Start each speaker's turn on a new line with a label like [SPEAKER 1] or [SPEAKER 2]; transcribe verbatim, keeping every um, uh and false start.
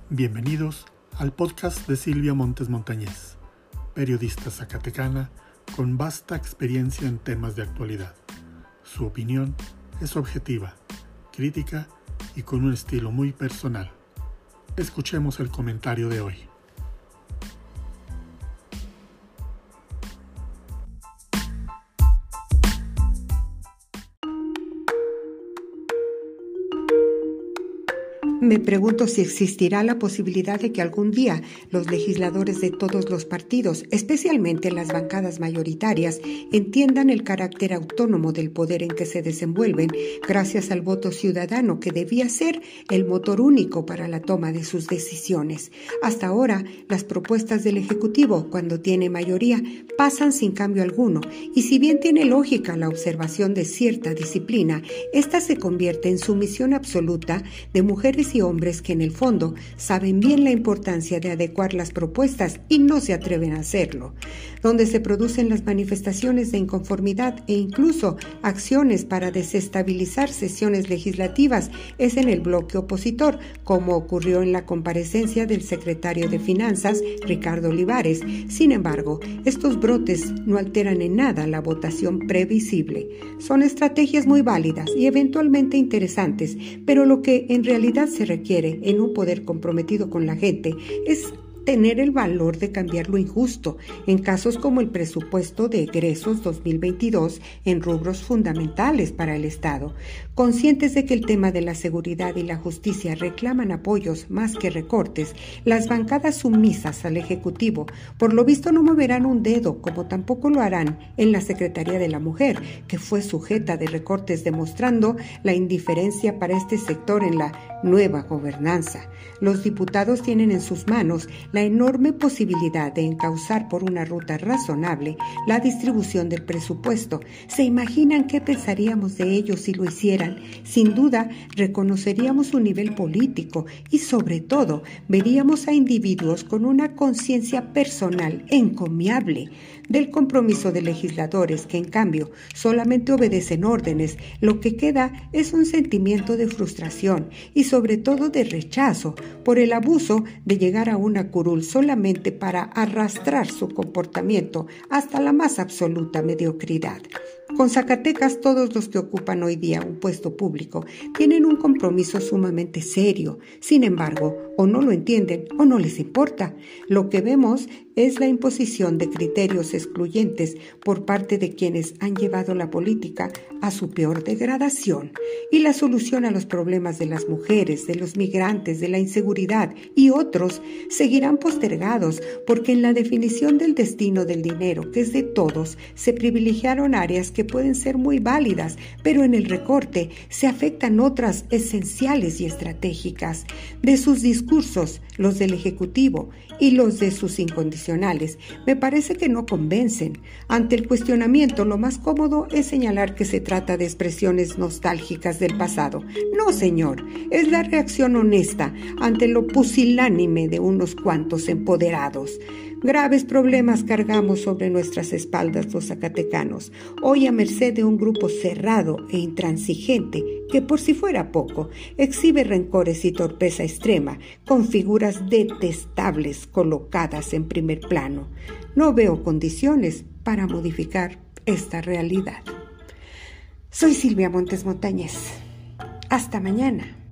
[SPEAKER 1] Bienvenidos al podcast de Silvia Montes Montañez, periodista zacatecana con vasta experiencia en temas de actualidad. Su opinión es objetiva, crítica y con un estilo muy personal. Escuchemos el comentario de hoy.
[SPEAKER 2] Me pregunto si existirá la posibilidad de que algún día los legisladores de todos los partidos, especialmente las bancadas mayoritarias, entiendan el carácter autónomo del poder en que se desenvuelven gracias al voto ciudadano que debía ser el motor único para la toma de sus decisiones. Hasta ahora, las propuestas del Ejecutivo, cuando tiene mayoría, pasan sin cambio alguno, y si bien tiene lógica la observación de cierta disciplina, esta se convierte en sumisión absoluta de mujeres y hombres que en el fondo saben bien la importancia de adecuar las propuestas y no se atreven a hacerlo. Donde se producen las manifestaciones de inconformidad e incluso acciones para desestabilizar sesiones legislativas es en el bloque opositor, como ocurrió en la comparecencia del secretario de Finanzas, Ricardo Olivares. Sin embargo, estos brotes no alteran en nada la votación previsible. Son estrategias muy válidas y eventualmente interesantes, pero lo que en realidad se requiere en un poder comprometido con la gente es tener el valor de cambiar lo injusto en casos como el presupuesto de egresos dos mil veintidós en rubros fundamentales para el Estado. Conscientes de que el tema de la seguridad y la justicia reclaman apoyos más que recortes, las bancadas sumisas al Ejecutivo por lo visto no moverán un dedo, como tampoco lo harán en la Secretaría de la Mujer, que fue sujeta de recortes demostrando la indiferencia para este sector en la nueva gobernanza. Los diputados tienen en sus manos la enorme posibilidad de encauzar por una ruta razonable la distribución del presupuesto. ¿Se imaginan qué pensaríamos de ellos si lo hicieran? Sin duda, reconoceríamos su nivel político y, sobre todo, veríamos a individuos con una conciencia personal encomiable. Del compromiso de legisladores que, en cambio, solamente obedecen órdenes, lo que queda es un sentimiento de frustración y, sobre todo, de rechazo por el abuso de llegar a una curul solamente para arrastrar su comportamiento hasta la más absoluta mediocridad. Con Zacatecas, todos los que ocupan hoy día un puesto público tienen un compromiso sumamente serio. Sin embargo, o no lo entienden o no les importa. Lo que vemos es la imposición de criterios excluyentes por parte de quienes han llevado la política a su peor degradación. Y la solución a los problemas de las mujeres, de los migrantes, de la inseguridad y otros seguirán postergados porque en la definición del destino del dinero, que es de todos, se privilegiaron áreas que pueden ser muy válidas, pero en el recorte se afectan otras esenciales y estratégicas. De sus discursos, los del Ejecutivo y los de sus incondicionales, me parece que no convencen. Ante el cuestionamiento, lo más cómodo es señalar que se trata de expresiones nostálgicas del pasado. No, señor, es la reacción honesta ante lo pusilánime de unos cuantos empoderados. Graves problemas cargamos sobre nuestras espaldas los zacatecanos, hoy a merced de un grupo cerrado e intransigente que, por si fuera poco, exhibe rencores y torpeza extrema, con figuras detestables colocadas en primer plano. No veo condiciones para modificar esta realidad. Soy Silvia Montes Montañez. Hasta mañana.